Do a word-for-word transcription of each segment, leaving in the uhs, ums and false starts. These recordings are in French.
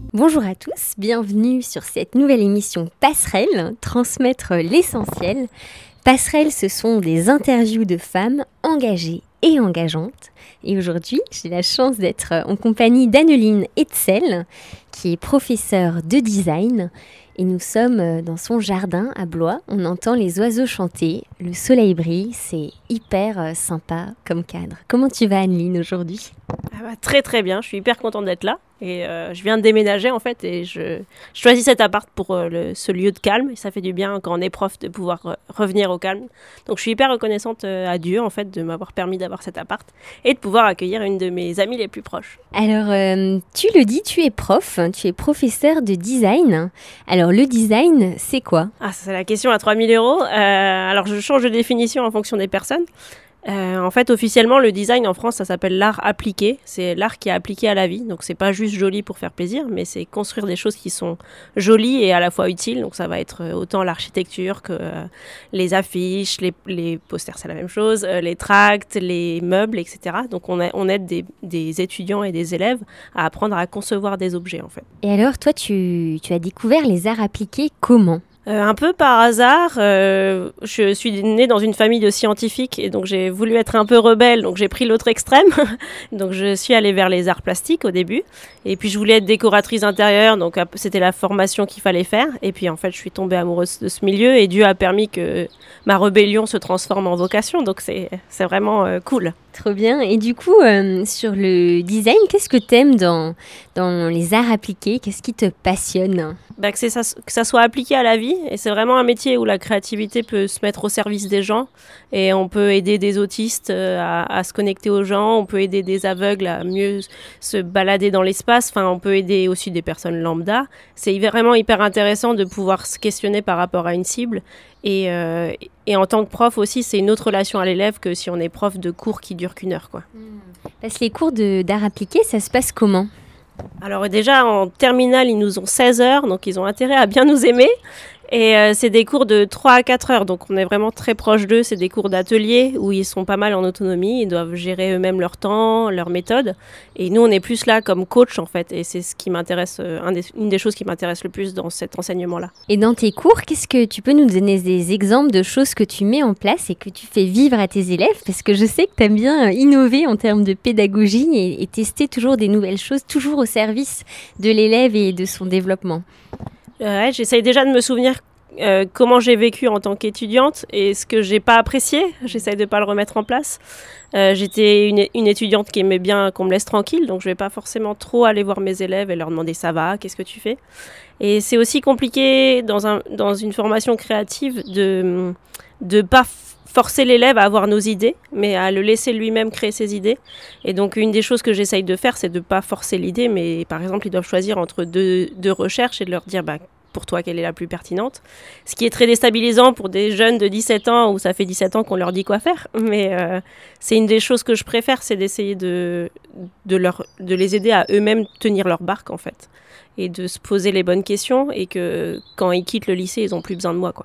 Bonjour à tous, bienvenue sur cette nouvelle émission Passerelle, transmettre l'essentiel. Passerelle, ce sont des interviews de femmes engagées et engageantes. Et aujourd'hui, j'ai la chance d'être en compagnie d'Anneline Hetzel, qui est professeure de design. Et nous sommes dans son jardin à Blois. On entend les oiseaux chanter, le soleil brille, c'est hyper sympa comme cadre. Comment tu vas, Anneline, aujourd'hui ? Ah bah, très très bien, je suis hyper contente d'être là. Et euh, je viens de déménager en fait et je, je choisis cet appart pour euh, le, ce lieu de calme. Et ça fait du bien quand on est prof de pouvoir euh, revenir au calme. Donc je suis hyper reconnaissante euh, à Dieu en fait de m'avoir permis d'avoir cet appart et de pouvoir accueillir une de mes amies les plus proches. Alors euh, tu le dis, tu es prof, tu es professeur de design. Alors le design, c'est quoi ? Ah, ça, c'est la question à trois mille euros. Euh, alors je change de définition en fonction des personnes. Euh, en fait, officiellement, le design en France, ça s'appelle l'art appliqué. C'est l'art qui est appliqué à la vie. Donc, c'est pas juste joli pour faire plaisir, mais c'est construire des choses qui sont jolies et à la fois utiles. Donc, ça va être autant l'architecture que euh, les affiches, les, les posters, c'est la même chose, euh, les tracts, les meubles, et cetera. Donc, on, a, on aide des, des étudiants et des élèves à apprendre à concevoir des objets, en fait. Et alors, toi, tu, tu as découvert les arts appliqués comment ? Euh, un peu par hasard, euh, je suis née dans une famille de scientifiques et donc j'ai voulu être un peu rebelle, donc j'ai pris l'autre extrême. Donc je suis allée vers les arts plastiques au début et puis je voulais être décoratrice intérieure, donc c'était la formation qu'il fallait faire. Et puis en fait je suis tombée amoureuse de ce milieu et Dieu a permis que ma rébellion se transforme en vocation, donc c'est, c'est vraiment euh, cool. Trop bien. Et du coup, euh, sur le design, qu'est-ce que tu aimes dans, dans les arts appliqués ? Qu'est-ce qui te passionne ? Bah, que, c'est ça, que ça soit appliqué à la vie. Et c'est vraiment un métier où la créativité peut se mettre au service des gens. Et on peut aider des autistes à, à se connecter aux gens. On peut aider des aveugles à mieux se balader dans l'espace. Enfin, on peut aider aussi des personnes lambda. C'est vraiment hyper intéressant de pouvoir se questionner par rapport à une cible. Et, euh, et en tant que prof aussi, c'est une autre relation à l'élève que si on est prof de cours qui durent qu'une heure, quoi. Parce que les cours de, d'art appliqué, ça se passe comment ? Alors déjà, en terminale, ils nous ont seize heures, donc ils ont intérêt à bien nous aimer. Et euh, c'est des cours de trois à quatre heures, donc on est vraiment très proche d'eux. C'est des cours d'atelier où ils sont pas mal en autonomie, ils doivent gérer eux-mêmes leur temps, leur méthode. Et nous, on est plus là comme coach en fait, et c'est ce qui m'intéresse, euh, un des, une des choses qui m'intéresse le plus dans cet enseignement-là. Et dans tes cours, qu'est-ce que tu peux nous donner des exemples de choses que tu mets en place et que tu fais vivre à tes élèves ? Parce que je sais que tu aimes bien innover en termes de pédagogie et, et tester toujours des nouvelles choses, toujours au service de l'élève et de son développement. Euh, ouais, j'essaye déjà de me souvenir euh, comment j'ai vécu en tant qu'étudiante et ce que j'ai pas apprécié. J'essaye de pas le remettre en place. Euh, j'étais une, une étudiante qui aimait bien qu'on me laisse tranquille, donc je vais pas forcément trop aller voir mes élèves et leur demander ça va, qu'est-ce que tu fais ? Et c'est aussi compliqué dans, un, dans une formation créative de de pas forcer l'élève à avoir nos idées, mais à le laisser lui-même créer ses idées. Et donc, une des choses que j'essaye de faire, c'est de ne pas forcer l'idée, mais par exemple, ils doivent choisir entre deux, deux recherches et de leur dire, bah, pour toi, quelle est la plus pertinente. Ce qui est très déstabilisant pour des jeunes de dix-sept ans, où ça fait dix-sept ans qu'on leur dit quoi faire. Mais euh, c'est une des choses que je préfère, c'est d'essayer de, de, leur, de les aider à eux-mêmes tenir leur barque, en fait. Et de se poser les bonnes questions, et que quand ils quittent le lycée, ils n'ont plus besoin de moi, quoi.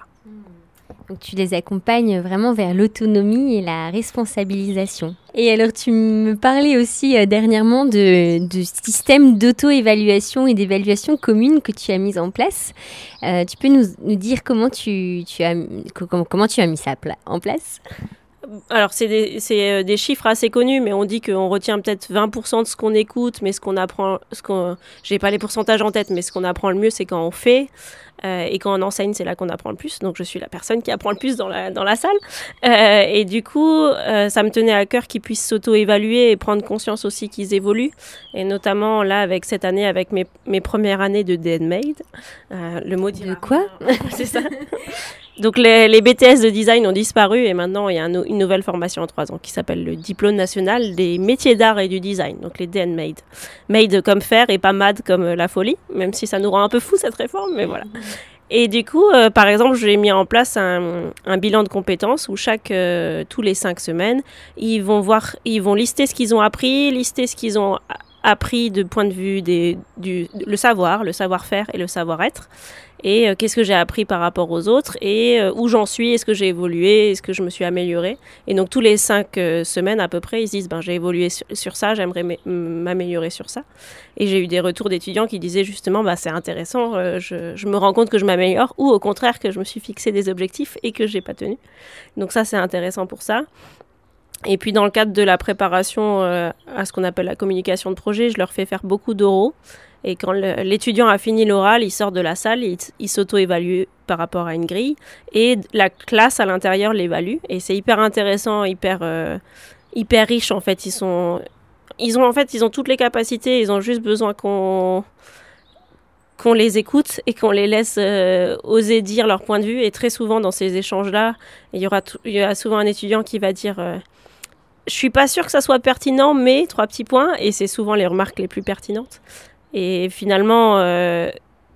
Donc tu les accompagnes vraiment vers l'autonomie et la responsabilisation. Et alors tu me parlais aussi euh, dernièrement de, de système d'auto-évaluation et d'évaluation commune que tu as mis en place. Euh, tu peux nous, nous dire comment tu, tu as, comment, comment tu as mis ça en place ? Alors, c'est des, c'est des chiffres assez connus, mais on dit qu'on retient peut-être vingt pour cent de ce qu'on écoute, mais ce qu'on apprend, ce qu'on, j'ai pas les pourcentages en tête, mais ce qu'on apprend le mieux, c'est quand on fait. Euh, et quand on enseigne, c'est là qu'on apprend le plus. Donc, je suis la personne qui apprend le plus dans la, dans la salle. Euh, et du coup, euh, ça me tenait à cœur qu'ils puissent s'auto-évaluer et prendre conscience aussi qu'ils évoluent. Et notamment, là, avec cette année, avec mes, mes premières années de Handmade. Euh, le mot de quoi ? C'est ça. Donc, les, les B T S de design ont disparu et maintenant, il y a un, une nouvelle formation en trois ans qui s'appelle le Diplôme national des métiers d'art et du design. Donc, les Handmade. Made comme faire et pas mad comme la folie, même si ça nous rend un peu fou cette réforme, mais voilà. Et du coup, euh, par exemple, j'ai mis en place un, un bilan de compétences où chaque, euh, tous les cinq semaines, ils vont voir, ils vont lister ce qu'ils ont appris, lister ce qu'ils ont appris de point de vue des, du le savoir, le savoir-faire et le savoir-être. Et euh, qu'est-ce que j'ai appris par rapport aux autres et euh, où j'en suis, est-ce que j'ai évolué, est-ce que je me suis améliorée. Et donc tous les cinq euh, semaines à peu près, ils se disent ben, j'ai évolué sur, sur ça, j'aimerais m- m'améliorer sur ça. Et j'ai eu des retours d'étudiants qui disaient justement bah, c'est intéressant, euh, je, je me rends compte que je m'améliore, ou au contraire que je me suis fixé des objectifs et que je n'ai pas tenu. Donc ça c'est intéressant pour ça. Et puis dans le cadre de la préparation euh, à ce qu'on appelle la communication de projet, je leur fais faire beaucoup d'oraux. Et quand le, l'étudiant a fini l'oral, il sort de la salle, il, il s'auto-évalue par rapport à une grille. Et la classe à l'intérieur l'évalue. Et c'est hyper intéressant, hyper, euh, hyper riche en fait. Ils, sont, ils, ont, en fait. ils ont toutes les capacités, ils ont juste besoin qu'on, qu'on les écoute et qu'on les laisse euh, oser dire leur point de vue. Et très souvent dans ces échanges-là, il y aura, t- il y aura souvent un étudiant qui va dire... Euh, je suis pas sûre que ça soit pertinent, mais trois petits points, et c'est souvent les remarques les plus pertinentes. Et finalement, euh,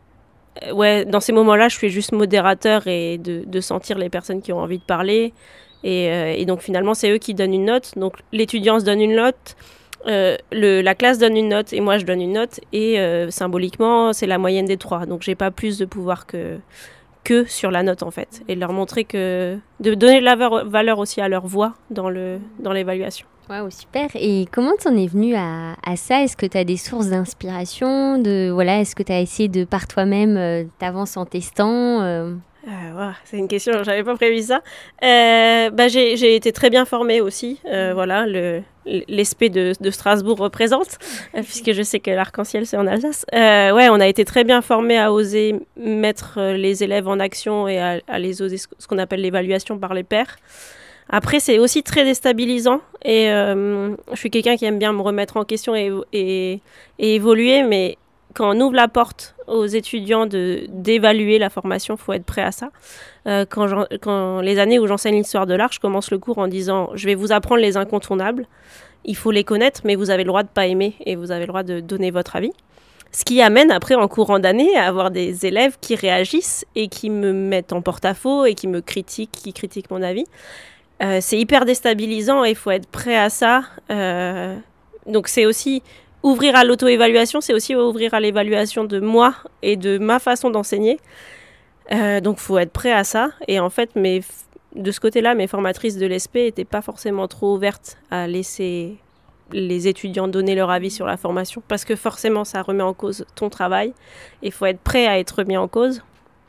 ouais, dans ces moments-là, je suis juste modérateur et de, de sentir les personnes qui ont envie de parler. Et, euh, et donc finalement, c'est eux qui donnent une note. Donc l'étudiant se donne une note, euh, le, la classe donne une note, et moi je donne une note. Et euh, symboliquement, c'est la moyenne des trois. Donc j'ai pas plus de pouvoir que... que sur la note en fait, et leur montrer que de donner de la valeur aussi à leur voix dans, le, dans l'évaluation. Waouh, super. Et comment t'en es venue à, à ça? Est-ce que tu as des sources d'inspiration de, voilà, est-ce que tu as essayé de par toi-même euh, t'avancer en testant euh... Euh, wow, c'est une question, j'avais pas prévu ça. Euh, bah, j'ai, j'ai été très bien formée aussi. Euh, voilà, le, l'E S P de, de Strasbourg représente, euh, puisque je sais que l'Arc-en-Ciel, c'est en Alsace. Euh, ouais, on a été très bien formés à oser mettre les élèves en action et à, à les oser, ce qu'on appelle l'évaluation par les pairs. Après, c'est aussi très déstabilisant. Et euh, je suis quelqu'un qui aime bien me remettre en question et, et, et évoluer, mais quand on ouvre la porte aux étudiants de, d'évaluer la formation, il faut être prêt à ça. Euh, quand, quand les années où j'enseigne l'histoire de l'art, je commence le cours en disant « Je vais vous apprendre les incontournables. Il faut les connaître, mais vous avez le droit de ne pas aimer et vous avez le droit de donner votre avis. » Ce qui amène après, en courant d'année, à avoir des élèves qui réagissent et qui me mettent en porte-à-faux et qui me critiquent, qui critiquent mon avis. Euh, c'est hyper déstabilisant et il faut être prêt à ça. Euh, donc c'est aussi... Ouvrir à l'auto-évaluation, c'est aussi ouvrir à l'évaluation de moi et de ma façon d'enseigner. Euh, donc, il faut être prêt à ça. Et en fait, mes, de ce côté-là, mes formatrices de l'E S P n'étaient pas forcément trop ouvertes à laisser les étudiants donner leur avis sur la formation, parce que forcément, ça remet en cause ton travail. Et il faut être prêt à être mis en cause.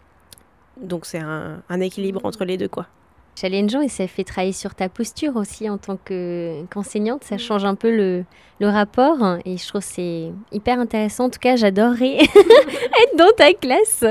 Donc, c'est un, un équilibre entre les deux, quoi. Challengeant, et ça fait travailler sur ta posture aussi en tant que, qu'enseignante. Ça change un peu le, le rapport et je trouve que c'est hyper intéressant. En tout cas, j'adorerais être dans ta classe.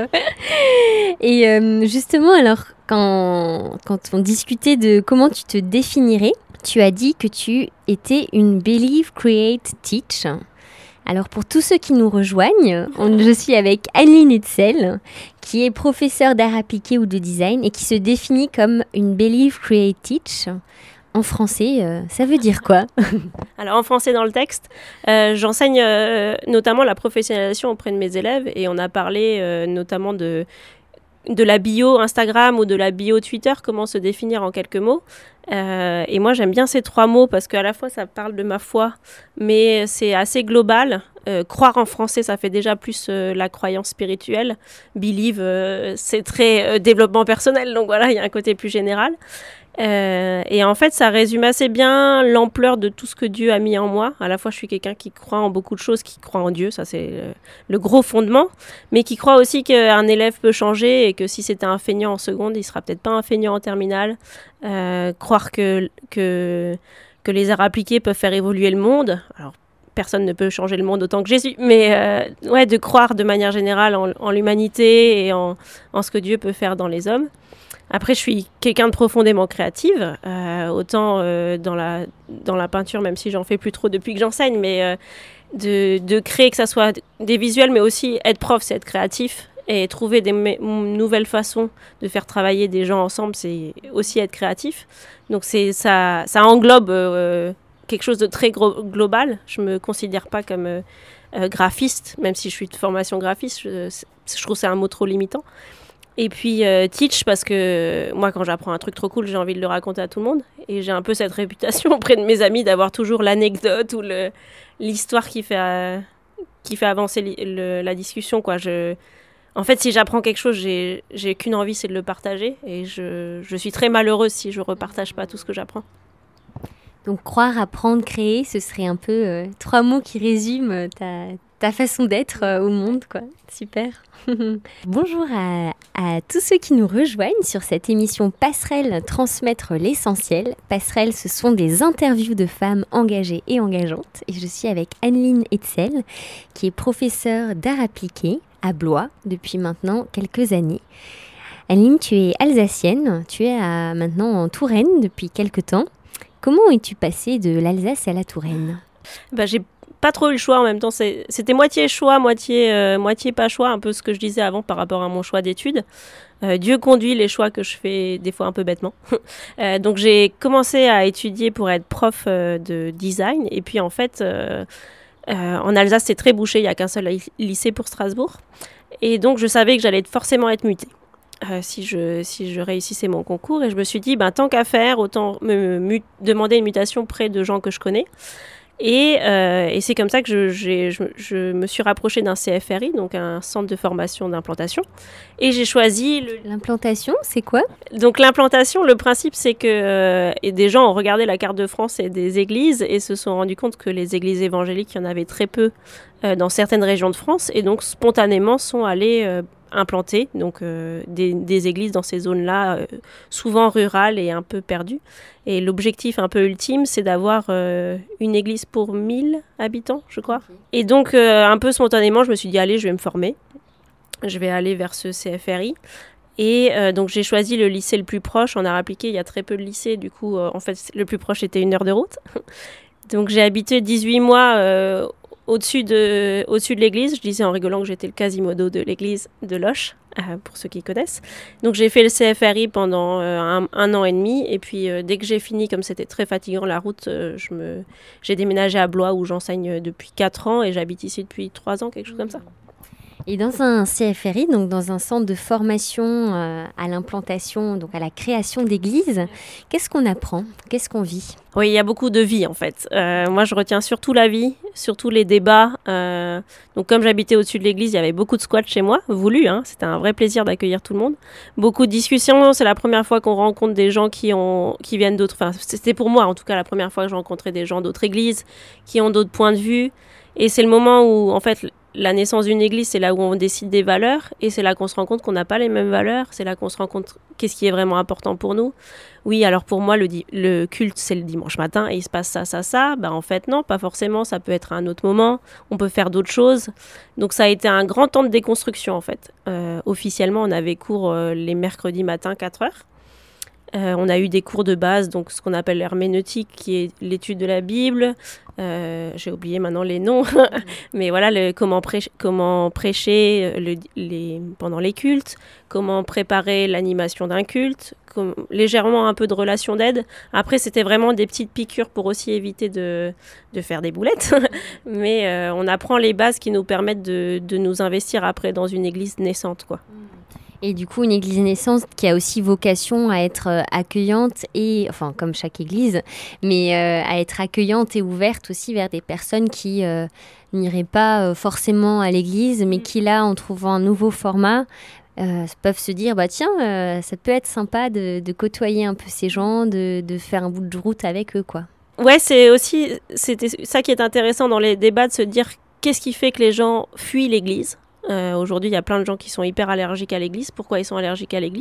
Et euh, justement, alors, quand, quand on discutait de comment tu te définirais, tu as dit que tu étais une Believe, Create, Teach. Alors pour tous ceux qui nous rejoignent, on, je suis avec Anne-Line Hetzel, qui est professeure d'art appliqué ou de design et qui se définit comme une Believe, Create, Teach. En français, euh, ça veut dire quoi? Alors en français dans le texte, euh, j'enseigne euh, notamment la professionnalisation auprès de mes élèves et on a parlé euh, notamment de, de la bio Instagram ou de la bio Twitter, comment se définir en quelques mots. Euh, et moi, j'aime bien ces trois mots parce qu'à la fois, ça parle de ma foi, mais c'est assez global. Euh, croire en français, ça fait déjà plus euh, la croyance spirituelle. Believe, euh, c'est très euh, développement personnel, donc voilà, il y a un côté plus général. Euh, et en fait, ça résume assez bien l'ampleur de tout ce que Dieu a mis en moi. À la fois, je suis quelqu'un qui croit en beaucoup de choses, qui croit en Dieu, ça c'est le, le gros fondement, mais qui croit aussi qu'un élève peut changer et que si c'était un feignant en seconde, il sera peut-être pas un feignant en terminale. Euh, croire que, que, que les arts appliqués peuvent faire évoluer le monde. Alors, personne ne peut changer le monde autant que Jésus, mais euh, ouais, de croire de manière générale en, en l'humanité et en, en ce que Dieu peut faire dans les hommes. Après, je suis quelqu'un de profondément créative, euh, autant euh, dans, la, dans la peinture, même si j'en fais plus trop depuis que j'enseigne, mais euh, de, de créer que ça soit des visuels, mais aussi être prof, c'est être créatif. Et trouver des m- nouvelles façons de faire travailler des gens ensemble, c'est aussi être créatif. Donc c'est, ça, ça englobe euh, quelque chose de très gros, global. Je ne me considère pas comme euh, euh, graphiste, même si je suis de formation graphiste. Je, je trouve que c'est un mot trop limitant. Et puis euh, teach, parce que moi, quand j'apprends un truc trop cool, j'ai envie de le raconter à tout le monde. Et j'ai un peu cette réputation auprès de mes amis d'avoir toujours l'anecdote ou le, l'histoire qui fait, euh, qui fait avancer li- le, la discussion, quoi. Je... En fait, si j'apprends quelque chose, j'ai, j'ai qu'une envie, c'est de le partager. Et je, je suis très malheureuse si je repartage pas tout ce que j'apprends. Donc croire, apprendre, créer, ce serait un peu euh, trois mots qui résument ta, ta façon d'être euh, au monde, quoi. Super. Bonjour à, à tous ceux qui nous rejoignent sur cette émission Passerelle, transmettre l'essentiel. Passerelle, ce sont des interviews de femmes engagées et engageantes. Et je suis avec Anneline Hetzel, qui est professeure d'art appliqué à Blois depuis maintenant quelques années. Anneline, tu es alsacienne, tu es à, maintenant en Touraine depuis quelques temps. Comment es-tu passée de l'Alsace à la Touraine ? Bah, j'ai pas trop eu le choix en même temps. C'est, c'était moitié choix, moitié, euh, moitié pas choix, un peu ce que je disais avant par rapport à mon choix d'études. Euh, Dieu conduit les choix que je fais des fois un peu bêtement. euh, donc j'ai commencé à étudier pour être prof euh, de design. Et puis en fait, euh, euh, en Alsace, c'est très bouché, il n'y a qu'un seul lycée pour Strasbourg. Et donc je savais que j'allais forcément être mutée. Euh, si, je, si je réussissais mon concours. Et je me suis dit, ben, tant qu'à faire, autant me mu- demander une mutation près de gens que je connais. Et, euh, et c'est comme ça que je, j'ai, je, je me suis rapprochée d'un C F R I, donc un centre de formation d'implantation. Et j'ai choisi... Le... L'implantation, c'est quoi ? Donc l'implantation, le principe, c'est que euh, et des gens ont regardé la carte de France et des églises et se sont rendus compte que les églises évangéliques, il y en avait très peu euh, dans certaines régions de France. Et donc spontanément sont allés... Euh, implanter donc euh, des, des églises dans ces zones-là, euh, souvent rurales et un peu perdues. Et l'objectif un peu ultime, c'est d'avoir euh, une église pour mille habitants, je crois. Okay. Et donc, euh, un peu spontanément, je me suis dit, allez, je vais me former. Je vais aller vers ce C F R I. Et euh, donc, j'ai choisi le lycée le plus proche. En art appliqué, il y a très peu de lycées. Du coup, euh, en fait, le plus proche était une heure de route. Donc, j'ai habité dix-huit mois euh, Au-dessus de, au-dessus de l'église. Je disais en rigolant que j'étais le Quasimodo de l'église de Loches, euh, pour ceux qui connaissent. Donc j'ai fait le C F R I pendant euh, un, un an et demi. Et puis euh, dès que j'ai fini, comme c'était très fatigant la route, euh, je me, j'ai déménagé à Blois où j'enseigne depuis quatre ans et j'habite ici depuis trois ans, quelque chose comme ça. Et dans un C F R I, donc dans un centre de formation euh, à l'implantation, donc à la création d'églises, qu'est-ce qu'on apprend ? Qu'est-ce qu'on vit ? Oui, il y a beaucoup de vie en fait. Euh, moi, je retiens surtout la vie, surtout les débats. Euh, donc, comme j'habitais au-dessus de l'église, il y avait beaucoup de squats chez moi, voulu. Hein, c'était un vrai plaisir d'accueillir tout le monde. Beaucoup de discussions. C'est la première fois qu'on rencontre des gens qui ont, qui viennent d'autres. Enfin, c'était pour moi en tout cas la première fois que je rencontrais des gens d'autres églises, qui ont d'autres points de vue. Et c'est le moment où en fait la naissance d'une église, c'est là où on décide des valeurs et c'est là qu'on se rend compte qu'on n'a pas les mêmes valeurs, c'est là qu'on se rend compte qu'est-ce qui est vraiment important pour nous. Oui, alors pour moi, le, di- le culte, c'est le dimanche matin et il se passe ça, ça, ça. Ben, en fait, non, pas forcément, ça peut être à un autre moment, on peut faire d'autres choses. Donc ça a été un grand temps de déconstruction en fait. Euh, officiellement, on avait cours euh, les mercredis matins, quatre heures. Euh, on a eu des cours de base, donc ce qu'on appelle l'herméneutique, qui est l'étude de la Bible. Euh, j'ai oublié maintenant les noms, mais voilà, le, comment, prêcher, comment prêcher le, les, pendant les cultes, comment préparer l'animation d'un culte, comme, légèrement un peu de relation d'aide. Après, c'était vraiment des petites piqûres pour aussi éviter de, de faire des boulettes, mais euh, on apprend les bases qui nous permettent de, de nous investir après dans une église naissante, quoi. Et du coup, une église naissante qui a aussi vocation à être euh, accueillante, et, enfin comme chaque église, mais euh, à être accueillante et ouverte aussi vers des personnes qui euh, n'iraient pas euh, forcément à l'église, mais qui là, en trouvant un nouveau format, euh, peuvent se dire, bah tiens, euh, ça peut être sympa de, de côtoyer un peu ces gens, de, de faire un bout de route avec eux, quoi. Ouais, c'est aussi, c'était ça qui est intéressant dans les débats, de se dire qu'est-ce qui fait que les gens fuient l'église. Euh, aujourd'hui, il y a plein de gens qui sont hyper allergiques à l'église. Pourquoi ils sont allergiques à l'église ?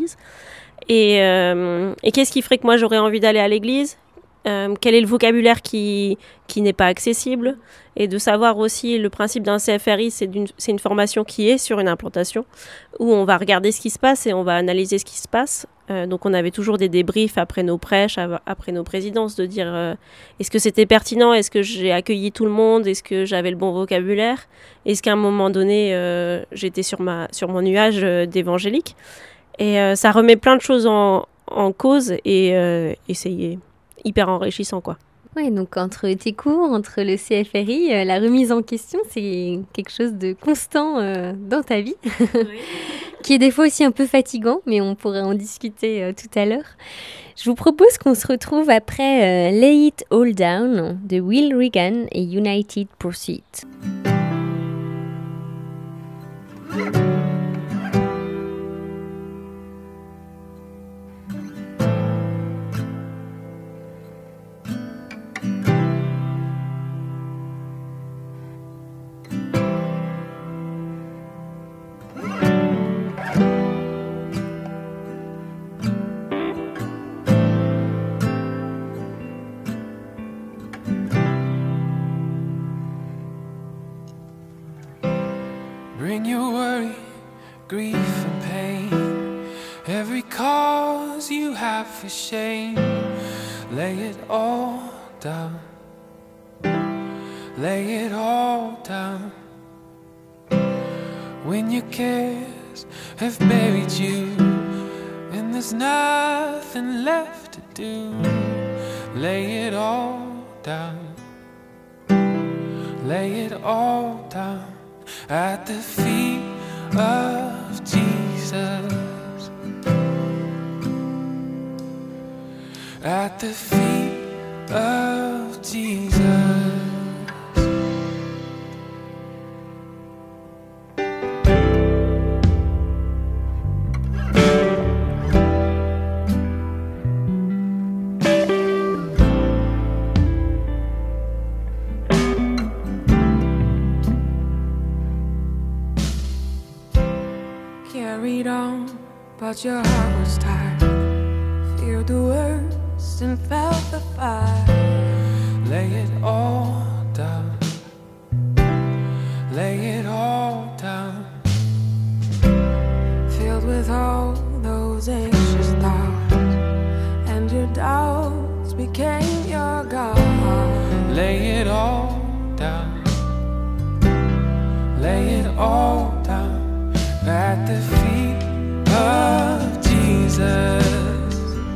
Et, euh, et qu'est-ce qui ferait que moi, j'aurais envie d'aller à l'église ? euh, Quel est le vocabulaire qui, qui n'est pas accessible ? Et de savoir aussi, le principe d'un C F R I, c'est, d'une, c'est une formation qui est sur une implantation, où on va regarder ce qui se passe et on va analyser ce qui se passe. Euh, donc on avait toujours des débriefs après nos prêches, après nos présidences, de dire euh, est-ce que c'était pertinent, est-ce que j'ai accueilli tout le monde, est-ce que j'avais le bon vocabulaire, est-ce qu'à un moment donné euh, j'étais sur, ma, sur mon nuage euh, d'évangélique. Et euh, ça remet plein de choses en, en cause et, euh, et c'est hyper enrichissant, quoi. Oui, donc entre tes cours, entre le C F R I, euh, la remise en question, c'est quelque chose de constant euh, dans ta vie. Oui. qui est des fois aussi un peu fatigant, mais on pourrait en discuter euh, tout à l'heure. Je vous propose qu'on se retrouve après euh, Lay It All Down de Will Regan et United Pursuit. Bring your worry, grief and pain, every cause you have for shame. Lay it all down, lay it all down. When your cares have buried you and there's nothing left to do, lay it all down, lay it all down. At the feet of Jesus, at the feet of Jesus. Carried on, but your heart was tired. Feared the worst and felt the fire. Lay it all down, lay it all down. Filled with all those anxious thoughts, and your doubts became your God. Lay it all down, lay it all down. At the feet of Jesus,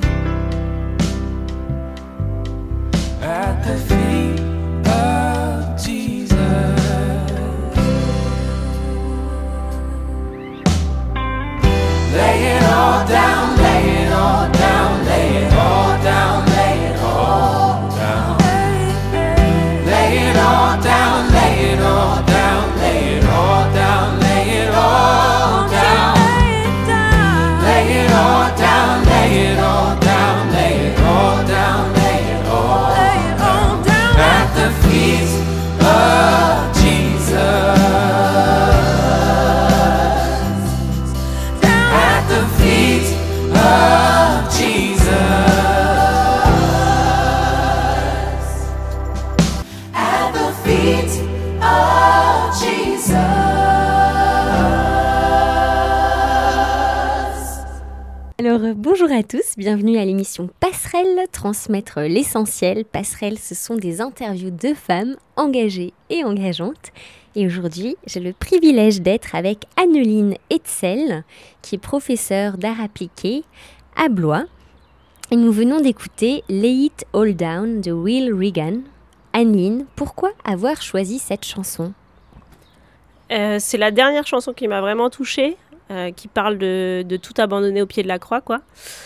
at the feet of Jesus. Lay it all down, lay it all down, lay it all down, lay it all down. Lay it all down, lay it all down, lay it all down, lay it all. Alors bonjour à tous, bienvenue à l'émission Passerelle, transmettre l'essentiel. Passerelle, ce sont des interviews de femmes engagées et engageantes. Et aujourd'hui, j'ai le privilège d'être avec Anneline Hetzel, qui est professeure d'art appliqué à Blois. Et nous venons d'écouter Lay It All Down de Will Regan. Anneline, pourquoi avoir choisi cette chanson ? euh, C'est la dernière chanson qui m'a vraiment touchée. Euh, qui parle de, de tout abandonner au pied de la croix, quoi.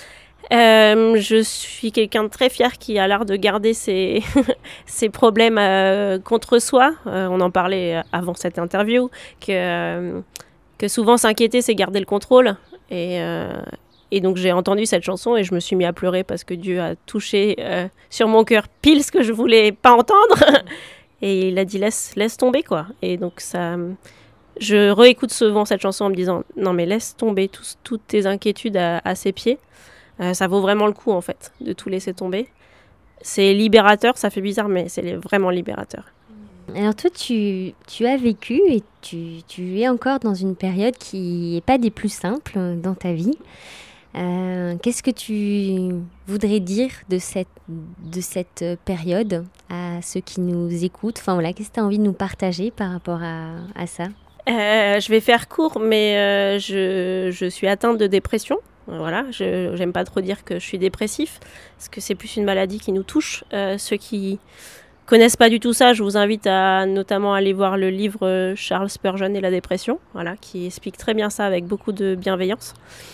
Euh, je suis quelqu'un de très fier qui a l'art de garder ses, ses problèmes euh, contre soi. Euh, on en parlait avant cette interview, que, euh, que souvent s'inquiéter, c'est garder le contrôle. Et, euh, et donc j'ai entendu cette chanson et je me suis mis à pleurer parce que Dieu a touché euh, sur mon cœur pile ce que je voulais pas entendre. Et il a dit laisse, laisse tomber, quoi. Et donc ça... Je réécoute souvent cette chanson en me disant « Non mais laisse tomber tout, toutes tes inquiétudes à, à ses pieds. Euh, ça vaut vraiment le coup en fait de tout laisser tomber. C'est libérateur, ça fait bizarre mais c'est vraiment libérateur. » Alors toi tu, tu as vécu et tu, tu es encore dans une période qui n'est pas des plus simples dans ta vie. Euh, qu'est-ce que tu voudrais dire de cette, de cette période à ceux qui nous écoutent ? Enfin voilà, qu'est-ce que tu as envie de nous partager par rapport à, à ça ? Euh, je vais faire court, mais euh, je, je suis atteinte de dépression. Voilà, je j'aime pas trop dire que je suis dépressif, parce que c'est plus une maladie qui nous touche. Euh, ceux qui connaissent pas du tout ça, je vous invite à notamment aller voir le livre Charles Spurgeon et la dépression, voilà, qui explique très bien ça avec beaucoup de bienveillance.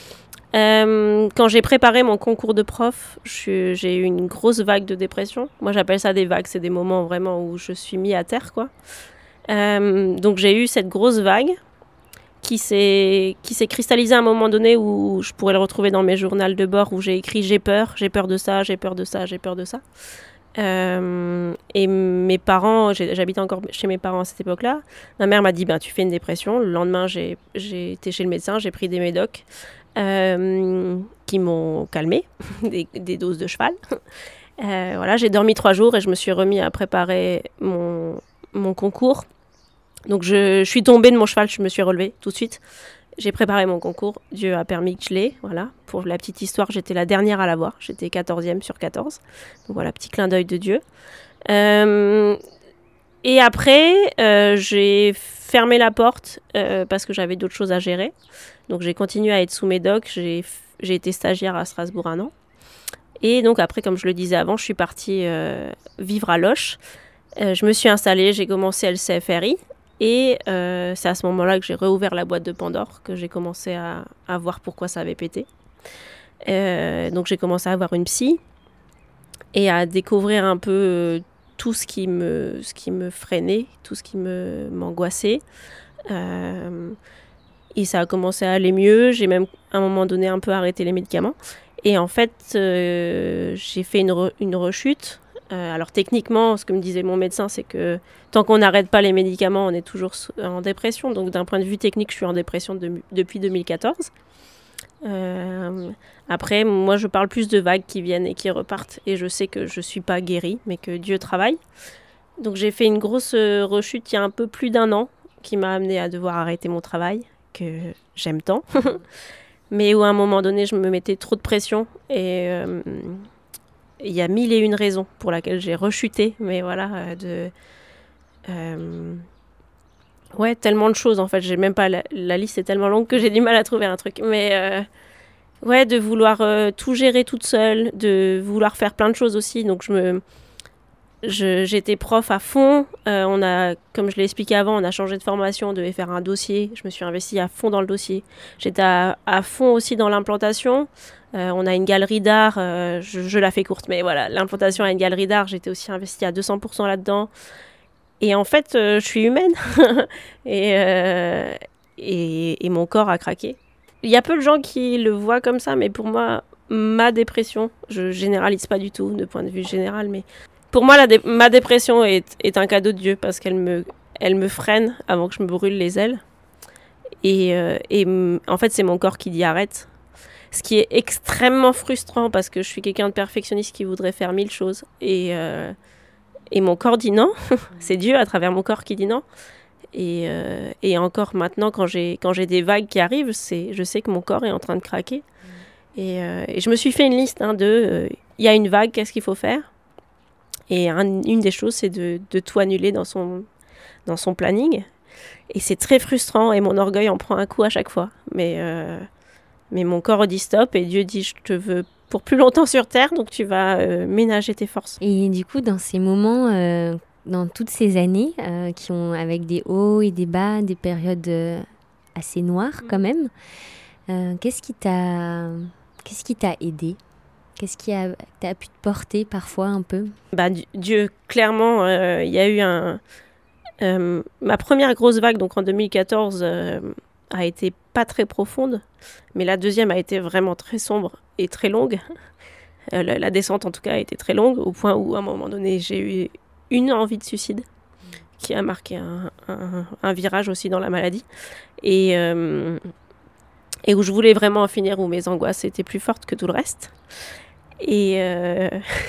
Euh, quand j'ai préparé mon concours de prof, je, j'ai eu une grosse vague de dépression. Moi, j'appelle ça des vagues, c'est des moments vraiment où je suis mis à terre, quoi. Euh, donc, j'ai eu cette grosse vague qui s'est, qui s'est cristallisée à un moment donné où je pourrais le retrouver dans mes journaux de bord où j'ai écrit « j'ai peur, j'ai peur de ça, j'ai peur de ça, j'ai peur de ça ». Euh, et mes parents, j'habitais encore chez mes parents à cette époque-là. Ma mère m'a dit ben, tu fais une dépression. Le lendemain, j'ai, j'ai été chez le médecin, j'ai pris des médocs euh, qui m'ont calmée, des, des doses de cheval. Euh, voilà, j'ai dormi trois jours et je me suis remis à préparer mon, mon concours. Donc je, je suis tombée de mon cheval, je me suis relevée tout de suite. J'ai préparé mon concours, Dieu a permis que je l'ai, voilà. Pour la petite histoire, j'étais la dernière à l'avoir, j'étais quatorzième sur quatorze. Donc voilà, petit clin d'œil de Dieu. Euh, et après, euh, j'ai fermé la porte euh, parce que j'avais d'autres choses à gérer. Donc j'ai continué à être sous médoc, j'ai, j'ai été stagiaire à Strasbourg un an. Et donc après, comme je le disais avant, je suis partie euh, vivre à Loches. Euh, je me suis installée, j'ai commencé le C F R I. Et euh, c'est à ce moment-là que j'ai réouvert la boîte de Pandore, que j'ai commencé à, à voir pourquoi ça avait pété. Euh, donc j'ai commencé à avoir une psy et à découvrir un peu euh, tout ce qui me, ce qui me freinait, tout ce qui me, m'angoissait. Euh, et ça a commencé à aller mieux. J'ai même à un moment donné un peu arrêté les médicaments. Et en fait, euh, j'ai fait une, re, une rechute. Euh, alors techniquement, ce que me disait mon médecin, c'est que tant qu'on n'arrête pas les médicaments, on est toujours en dépression. Donc d'un point de vue technique, je suis en dépression de, depuis deux mille quatorze. Euh, après, moi, je parle plus de vagues qui viennent et qui repartent. Et je sais que je ne suis pas guérie, mais que Dieu travaille. Donc j'ai fait une grosse rechute il y a un peu plus d'un an, qui m'a amenée à devoir arrêter mon travail, que j'aime tant. Mais où à un moment donné, je me mettais trop de pression et... Euh, il y a mille et une raisons pour lesquelles j'ai rechuté, mais voilà, euh, de... Euh, ouais, tellement de choses, en fait. J'ai même pas... La, la liste est tellement longue que j'ai du mal à trouver un truc. Mais, euh, ouais, de vouloir euh, tout gérer toute seule, de vouloir faire plein de choses aussi. Donc, je me... Je, j'étais prof à fond. Euh, on a, comme je l'ai expliqué avant, on a changé de formation, on devait faire un dossier. Je me suis investie à fond dans le dossier. J'étais à, à fond aussi dans l'implantation. Euh, on a une galerie d'art, euh, je, je la fais courte, mais voilà, l'implantation à une galerie d'art, j'étais aussi investie à deux cents pour cent là-dedans. Et en fait, euh, je suis humaine et, euh, et, et mon corps a craqué. Il y a peu de gens qui le voient comme ça, mais pour moi, ma dépression, je généralise pas du tout de point de vue général, mais pour moi, la dé- ma dépression est, est un cadeau de Dieu parce qu'elle me, elle me freine avant que je me brûle les ailes. Et, euh, et en fait, c'est mon corps qui dit arrête. Ce qui est extrêmement frustrant parce que je suis quelqu'un de perfectionniste qui voudrait faire mille choses. Et, euh, et mon corps dit non. C'est Dieu à travers mon corps qui dit non. Et, euh, et encore maintenant, quand j'ai, quand j'ai des vagues qui arrivent, c'est, je sais que mon corps est en train de craquer. Et, euh, et je me suis fait une liste hein, de... Il euh, y a une vague, qu'est-ce qu'il faut faire ? Et un, une des choses, c'est de, de tout annuler dans son, dans son planning. Et c'est très frustrant et mon orgueil en prend un coup à chaque fois. Mais... Euh, Mais mon corps dit stop et Dieu dit je te veux pour plus longtemps sur terre, donc tu vas euh, ménager tes forces. Et du coup, dans ces moments, euh, dans toutes ces années, euh, qui ont avec des hauts et des bas, des périodes euh, assez noires quand même, euh, qu'est-ce qui t'a, qu'est-ce qui t'a aidé ? Qu'est-ce qui a, t'a pu te porter parfois un peu ? Bah, Dieu, clairement, il euh, y a eu un... Euh, ma première grosse vague, donc en deux mille quatorze, euh, a été pas très profonde, mais la deuxième a été vraiment très sombre et très longue. Euh, la, la descente, en tout cas, a été très longue, au point où, à un moment donné, j'ai eu une envie de suicide qui a marqué un, un, un virage aussi dans la maladie. Et, euh, et où je voulais vraiment en finir, où mes angoisses étaient plus fortes que tout le reste. Et, euh,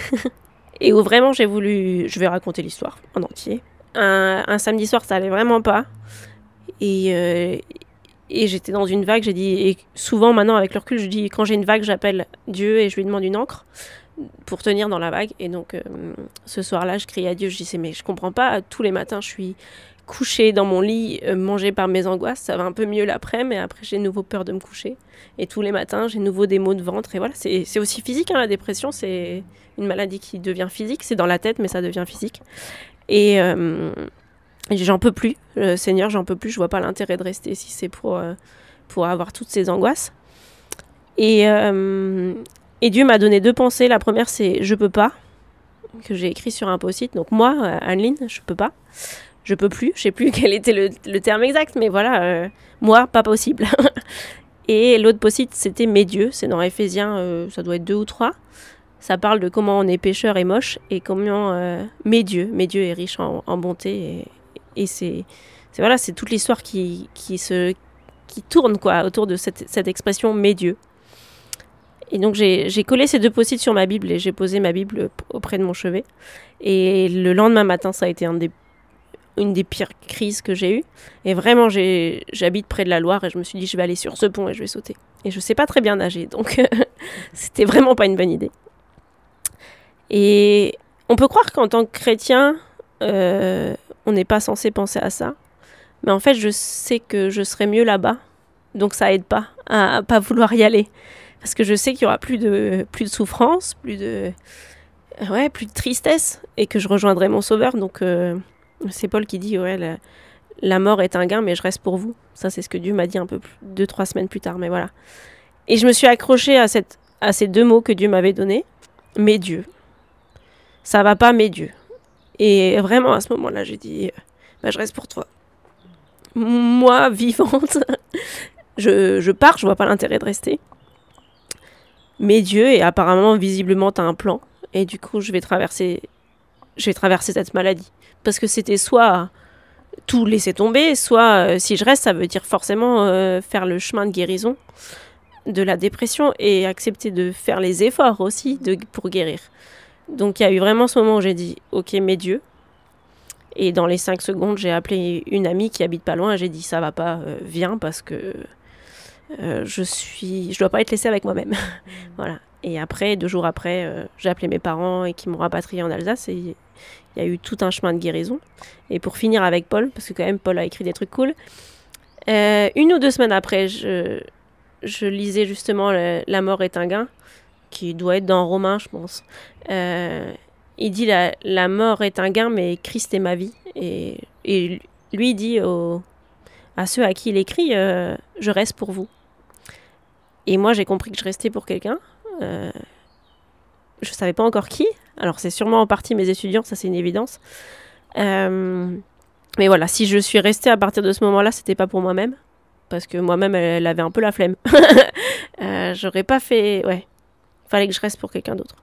et où vraiment j'ai voulu... Je vais raconter l'histoire en entier. Un, un samedi soir, ça allait vraiment pas. Et... Euh, Et j'étais dans une vague, j'ai dit, et souvent maintenant avec le recul, je dis, quand j'ai une vague, j'appelle Dieu et je lui demande une encre pour tenir dans la vague. Et donc, euh, ce soir-là, je crie à Dieu, je dis, mais je comprends pas, tous les matins, je suis couchée dans mon lit, euh, mangée par mes angoisses. Ça va un peu mieux l'après, mais après, j'ai de nouveau peur de me coucher. Et tous les matins, j'ai de nouveau des maux de ventre. Et voilà, c'est, c'est aussi physique, hein, la dépression. C'est une maladie qui devient physique. C'est dans la tête, mais ça devient physique. Et, euh, et j'en peux plus. Euh, Seigneur, j'en peux plus. Je vois pas l'intérêt de rester si c'est pour, euh, pour avoir toutes ces angoisses. Et, euh, et Dieu m'a donné deux pensées. La première, c'est « je peux pas », que j'ai écrit sur un post-it. Donc moi, euh, Anne-Lyne, je peux pas. Je peux plus. Je sais plus quel était le, le terme exact, mais voilà, euh, moi, pas possible. Et l'autre post-it, c'était « mes dieux ». C'est dans Éphésiens, euh, ça doit être deux ou trois. Ça parle de comment on est pécheur et moche et comment euh, mes dieux, mes dieux est riche en, en bonté. Et, et c'est, c'est, voilà, c'est toute l'histoire qui, qui, se, qui tourne quoi, autour de cette, cette expression « mes dieux ». Et donc j'ai, j'ai collé ces deux post-it sur ma Bible et j'ai posé ma Bible auprès de mon chevet. Et le lendemain matin, ça a été un des, une des pires crises que j'ai eues. Et vraiment, j'ai, j'habite près de la Loire et je me suis dit, je vais aller sur ce pont et je vais sauter. Et je ne sais pas très bien nager, donc c'était vraiment pas une bonne idée. Et on peut croire qu'en tant que chrétien, euh, on n'est pas censé penser à ça. Mais en fait, je sais que je serais mieux là-bas. Donc ça aide pas à, à pas vouloir y aller. Parce que je sais qu'il y aura plus de, plus de souffrance, plus de, ouais, plus de tristesse. Et que je rejoindrai mon sauveur. Donc euh, c'est Paul qui dit, ouais, la, la mort est un gain, mais je reste pour vous. Ça, c'est ce que Dieu m'a dit un peu plus, deux, trois semaines plus tard. Mais voilà. Et je me suis accrochée à, cette, à ces deux mots que Dieu m'avait donnés. Mes dieux. Ça va pas, mes dieux. Et vraiment, à ce moment-là, j'ai dit, bah, je reste pour toi. Moi, vivante, je, je pars, je vois pas l'intérêt de rester. Mes dieux, et apparemment, visiblement, t'as un plan. Et du coup, je vais traverser, je vais traverser cette maladie. Parce que c'était soit tout laisser tomber, soit, euh, si je reste, ça veut dire forcément euh, faire le chemin de guérison de la dépression et accepter de faire les efforts aussi de, pour guérir. Donc il y a eu vraiment ce moment où j'ai dit « Ok, mes dieux ». Et dans les cinq secondes, j'ai appelé une amie qui habite pas loin et j'ai dit « Ça va pas, euh, viens parce que euh, je suis, je dois pas être laissée avec moi-même. Mmh. » Voilà. Et après, deux jours après, euh, j'ai appelé mes parents et qui m'ont rapatriée en Alsace et il y a eu tout un chemin de guérison. Et pour finir avec Paul, parce que quand même Paul a écrit des trucs cool, euh, une ou deux semaines après, je, je lisais justement le, « La mort est un gain », qui doit être dans Romains, je pense. Euh, il dit la, la mort est un gain, mais Christ est ma vie. Et, et lui il dit au, à ceux à qui il écrit, euh, je reste pour vous. Et moi, j'ai compris que je restais pour quelqu'un. Euh, je savais pas encore qui. Alors, c'est sûrement en partie mes étudiants, ça c'est une évidence. Euh, mais voilà, si je suis restée à partir de ce moment-là, c'était pas pour moi-même. Parce que moi-même, elle, elle avait un peu la flemme. euh, j'aurais pas fait... Ouais. Fallait que je reste pour quelqu'un d'autre.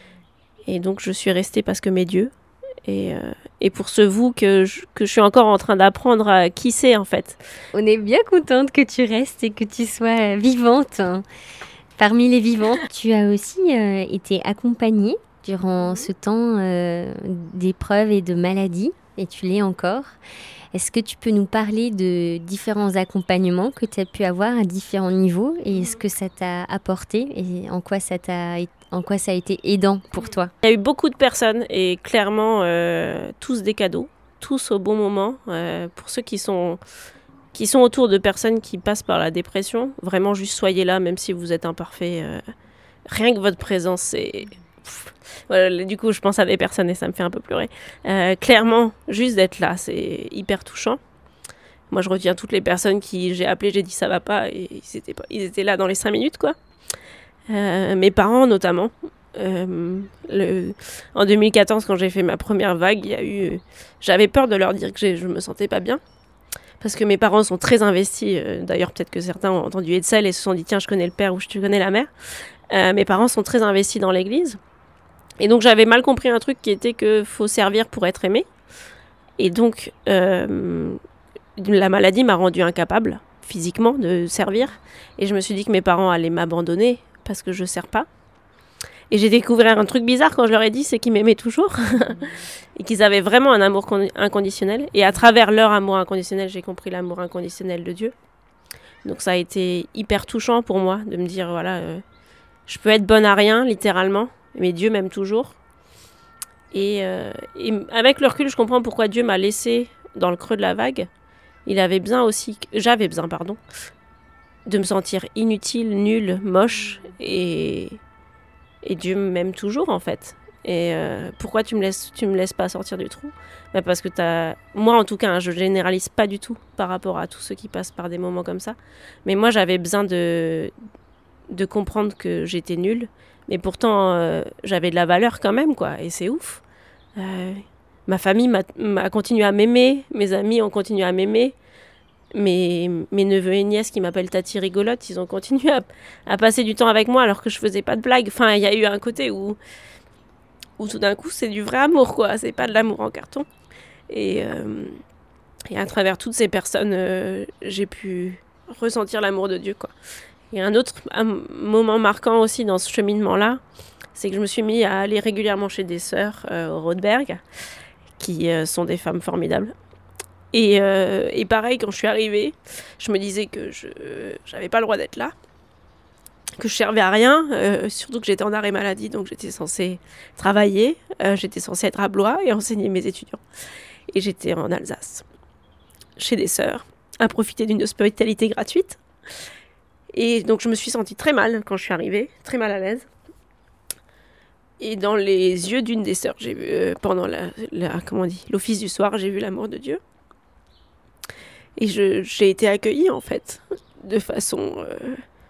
Et donc, je suis restée parce que mes dieux. Et, euh, et pour ce vous que je, que je suis encore en train d'apprendre à qui c'est, en fait. On est bien contente que tu restes et que tu sois vivante. Parmi les vivantes, tu as aussi euh, été accompagnée durant ce temps euh, d'épreuves et de maladies. Et tu l'es encore. Est-ce que tu peux nous parler de différents accompagnements que tu as pu avoir à différents niveaux et est-ce que ça t'a apporté et en quoi ça, t'a, en quoi ça a été aidant pour toi? Il y a eu beaucoup de personnes et clairement euh, tous des cadeaux, tous au bon moment. Euh, pour ceux qui sont, qui sont autour de personnes qui passent par la dépression, vraiment juste soyez là même si vous êtes imparfait. Euh, rien que votre présence, c'est... Voilà, du coup, je pense à des personnes et ça me fait un peu pleurer. Euh, clairement, juste d'être là, c'est hyper touchant. Moi, je retiens toutes les personnes qui j'ai appelées, j'ai dit ça va pas et ils étaient, pas, ils étaient là dans les cinq minutes, quoi. Euh, mes parents, notamment. Euh, le, en deux mille quatorze, quand j'ai fait ma première vague, il y a eu, j'avais peur de leur dire que je me sentais pas bien. Parce que mes parents sont très investis. Euh, d'ailleurs, peut-être que certains ont entendu Hetzel et se sont dit tiens, je connais le père ou je connais la mère. Euh, mes parents sont très investis dans l'église. Et donc, j'avais mal compris un truc qui était qu'il faut servir pour être aimé. Et donc, euh, la maladie m'a rendue incapable, physiquement, de servir. Et je me suis dit que mes parents allaient m'abandonner parce que je ne sers pas. Et j'ai découvert un truc bizarre quand je leur ai dit, c'est qu'ils m'aimaient toujours. Et qu'ils avaient vraiment un amour con- inconditionnel. Et à travers leur amour inconditionnel, j'ai compris l'amour inconditionnel de Dieu. Donc, ça a été hyper touchant pour moi de me dire, voilà, euh, je peux être bonne à rien, littéralement. Mais Dieu m'aime toujours. Et, euh, et avec le recul, je comprends pourquoi Dieu m'a laissé dans le creux de la vague, il avait besoin aussi, j'avais besoin, pardon, de me sentir inutile, nulle, moche, et, et Dieu m'aime toujours en fait. Et euh, pourquoi tu me laisses, tu me laisses pas sortir du trou ? Bah parce que t'as, moi en tout cas, hein, je généralise pas du tout par rapport à tous ceux qui passent par des moments comme ça. Mais moi j'avais besoin de, de comprendre que j'étais nulle, mais pourtant euh, j'avais de la valeur quand même quoi. Et c'est ouf. Euh, ma famille m'a, m'a continué à m'aimer, mes amis ont continué à m'aimer. Mes, mes neveux et nièces qui m'appellent Tati rigolote, ils ont continué à, à passer du temps avec moi alors que je faisais pas de blagues. Enfin, il y a eu un côté où, où tout d'un coup, c'est du vrai amour, quoi. C'est pas de l'amour en carton. Et, euh, et à travers toutes ces personnes, euh, j'ai pu ressentir l'amour de Dieu, quoi. Et un autre un moment marquant aussi dans ce cheminement-là, c'est que je me suis mis à aller régulièrement chez des sœurs euh, au Rodberg, qui euh, sont des femmes formidables. Et, euh, et pareil, quand je suis arrivée, je me disais que je n'avais pas le droit d'être là, que je servais à rien, euh, surtout que j'étais en arrêt maladie, donc j'étais censée travailler, euh, j'étais censée être à Blois et enseigner mes étudiants. Et j'étais en Alsace, chez des sœurs, à profiter d'une hospitalité gratuite. Et donc je me suis sentie très mal quand je suis arrivée, très mal à l'aise. Et dans les yeux d'une des sœurs, j'ai vu, euh, pendant la, la, comment on dit, l'office du soir, j'ai vu l'amour de Dieu. Et je, j'ai été accueillie, en fait, de façon... Euh,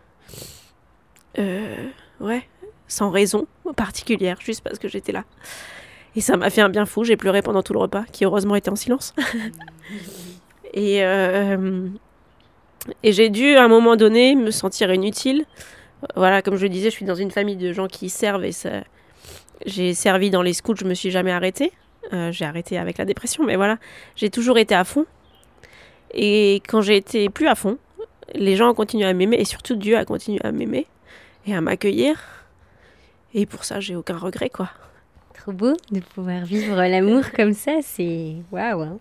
euh, ouais, sans raison particulière, juste parce que j'étais là. Et ça m'a fait un bien fou. J'ai pleuré pendant tout le repas, qui heureusement était en silence. et, euh, et j'ai dû, à un moment donné, me sentir inutile. Voilà, comme je le disais, je suis dans une famille de gens qui servent. Et ça, j'ai servi dans les scouts, je me suis jamais arrêtée. Euh, j'ai arrêté avec la dépression, mais voilà, j'ai toujours été à fond. Et quand j'ai été plus à fond, les gens ont continué à m'aimer et surtout Dieu a continué à m'aimer et à m'accueillir. Et pour ça, j'ai aucun regret, quoi. Trop beau de pouvoir vivre l'amour comme ça, c'est waouh. Hein.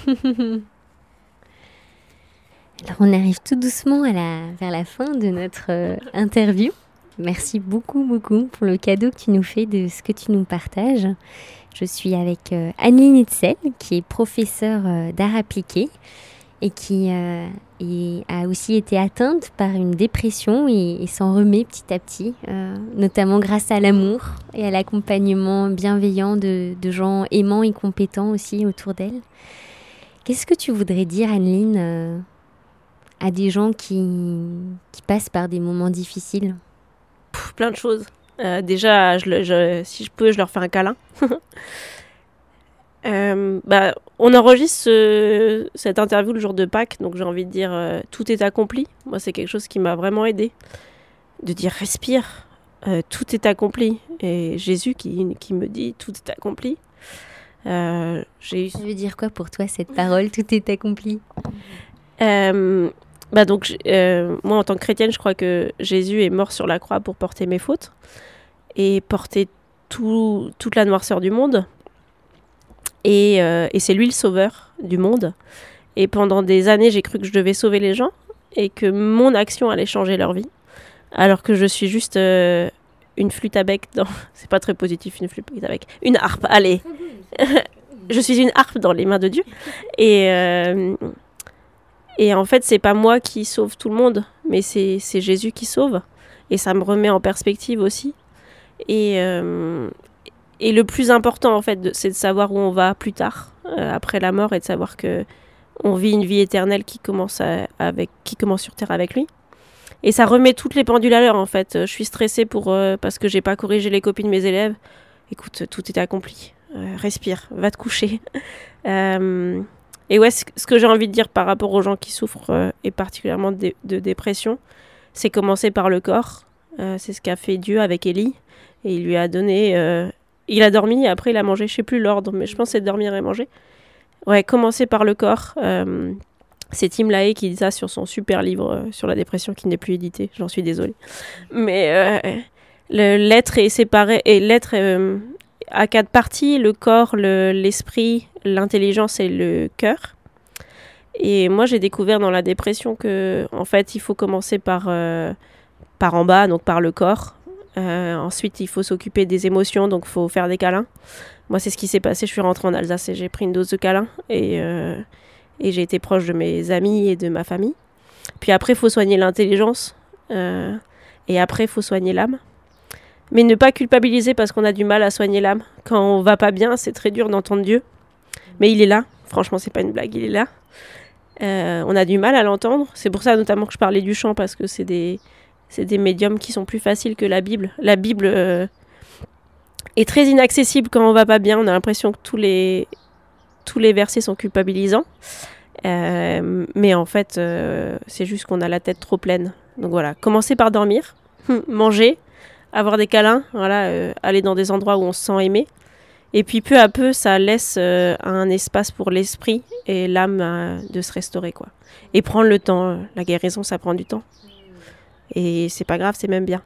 Alors on arrive tout doucement à la, vers la fin de notre euh, interview. Merci beaucoup, beaucoup pour le cadeau que tu nous fais de ce que tu nous partages. Je suis avec euh, Anneline Hetzel, qui est professeure euh, d'art appliqué et qui euh, et a aussi été atteinte par une dépression et, et s'en remet petit à petit, euh, notamment grâce à l'amour et à l'accompagnement bienveillant de, de gens aimants et compétents aussi autour d'elle. Qu'est-ce que tu voudrais dire, Anneline, euh, à des gens qui, qui passent par des moments difficiles ? Pff, plein de choses. Euh, déjà, je, je, si je peux, je leur fais un câlin. Euh, bah, on enregistre ce, cette interview le jour de Pâques, donc j'ai envie de dire euh, tout est accompli. Moi, c'est quelque chose qui m'a vraiment aidée. De dire respire, euh, tout est accompli. Et Jésus qui, qui me dit tout est accompli. Euh, j'ai eu... Ça veut dire quoi pour toi cette parole, tout est accompli ? euh, bah donc, euh, Moi, en tant que chrétienne, je crois que Jésus est mort sur la croix pour porter mes fautes et porter tout, toute la noirceur du monde. Et, euh, et c'est lui le sauveur du monde. Et pendant des années, j'ai cru que je devais sauver les gens et que mon action allait changer leur vie. Alors que je suis juste euh, une flûte à bec dans... C'est pas très positif, une flûte à bec. Une harpe, allez. Je suis une harpe dans les mains de Dieu. Et, euh, et en fait, c'est pas moi qui sauve tout le monde, mais c'est, c'est Jésus qui sauve. Et ça me remet en perspective aussi. Et... Euh, Et le plus important, en fait, de, c'est de savoir où on va plus tard, euh, après la mort, et de savoir que on vit une vie éternelle qui commence, à, avec, qui commence sur Terre avec lui. Et ça remet toutes les pendules à l'heure, en fait. Je suis stressée pour, euh, parce que j'ai pas corrigé les copies de mes élèves. Écoute, tout est accompli. Euh, respire, va te coucher. euh, et ouais, ce, ce que j'ai envie de dire par rapport aux gens qui souffrent, euh, et particulièrement de, de dépression, c'est commencer par le corps. Euh, c'est ce qu'a fait Dieu avec Élie. Et il lui a donné... Euh, Il a dormi et après il a mangé. Je sais plus l'ordre, mais je pense que c'est dormir et manger. Ouais, commencer par le corps. Euh, c'est Tim LaHaye qui dit ça sur son super livre euh, sur la dépression qui n'est plus édité. J'en suis désolée. Mais euh, le, l'être est séparé. Et l'être euh, a quatre parties. Le corps, le, l'esprit, l'intelligence et le cœur. Et moi, j'ai découvert dans la dépression que, en fait, il faut commencer par, euh, par en bas, donc par le corps. Euh, ensuite, il faut s'occuper des émotions, donc il faut faire des câlins. Moi, c'est ce qui s'est passé. Je suis rentrée en Alsace et j'ai pris une dose de câlins. Et, euh, et j'ai été proche de mes amis et de ma famille. Puis après, il faut soigner l'intelligence. Euh, et après, il faut soigner l'âme. Mais ne pas culpabiliser parce qu'on a du mal à soigner l'âme. Quand on va pas bien, c'est très dur d'entendre Dieu. Mais il est là. Franchement, c'est pas une blague, il est là. Euh, on a du mal à l'entendre. C'est pour ça notamment que je parlais du chant, parce que c'est des, c'est des médiums qui sont plus faciles que la Bible. La Bible euh, est très inaccessible quand on va pas bien. On a l'impression que tous les, tous les versets sont culpabilisants. Euh, mais en fait, euh, c'est juste qu'on a la tête trop pleine. Donc voilà, commencer par dormir, manger, avoir des câlins, voilà, euh, aller dans des endroits où on se sent aimé. Et puis peu à peu, ça laisse euh, un espace pour l'esprit et l'âme euh, de se restaurer, quoi. Et prendre le temps. La guérison, ça prend du temps. Et c'est pas grave, c'est même bien.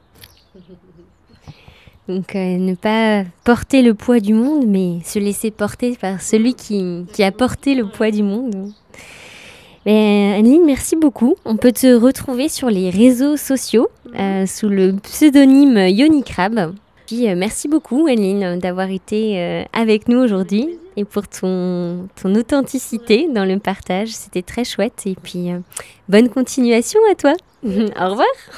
Donc euh, ne pas porter le poids du monde, mais se laisser porter par celui qui, qui a porté le poids du monde. Mais, Anne-Lyne, merci beaucoup. On peut te retrouver sur les réseaux sociaux euh, sous le pseudonyme Yoni Crab. Puis, euh, merci beaucoup, Anne-Lyne, d'avoir été euh, avec nous aujourd'hui et pour ton, ton authenticité dans le partage. C'était très chouette. Et puis, euh, bonne continuation à toi. Au revoir.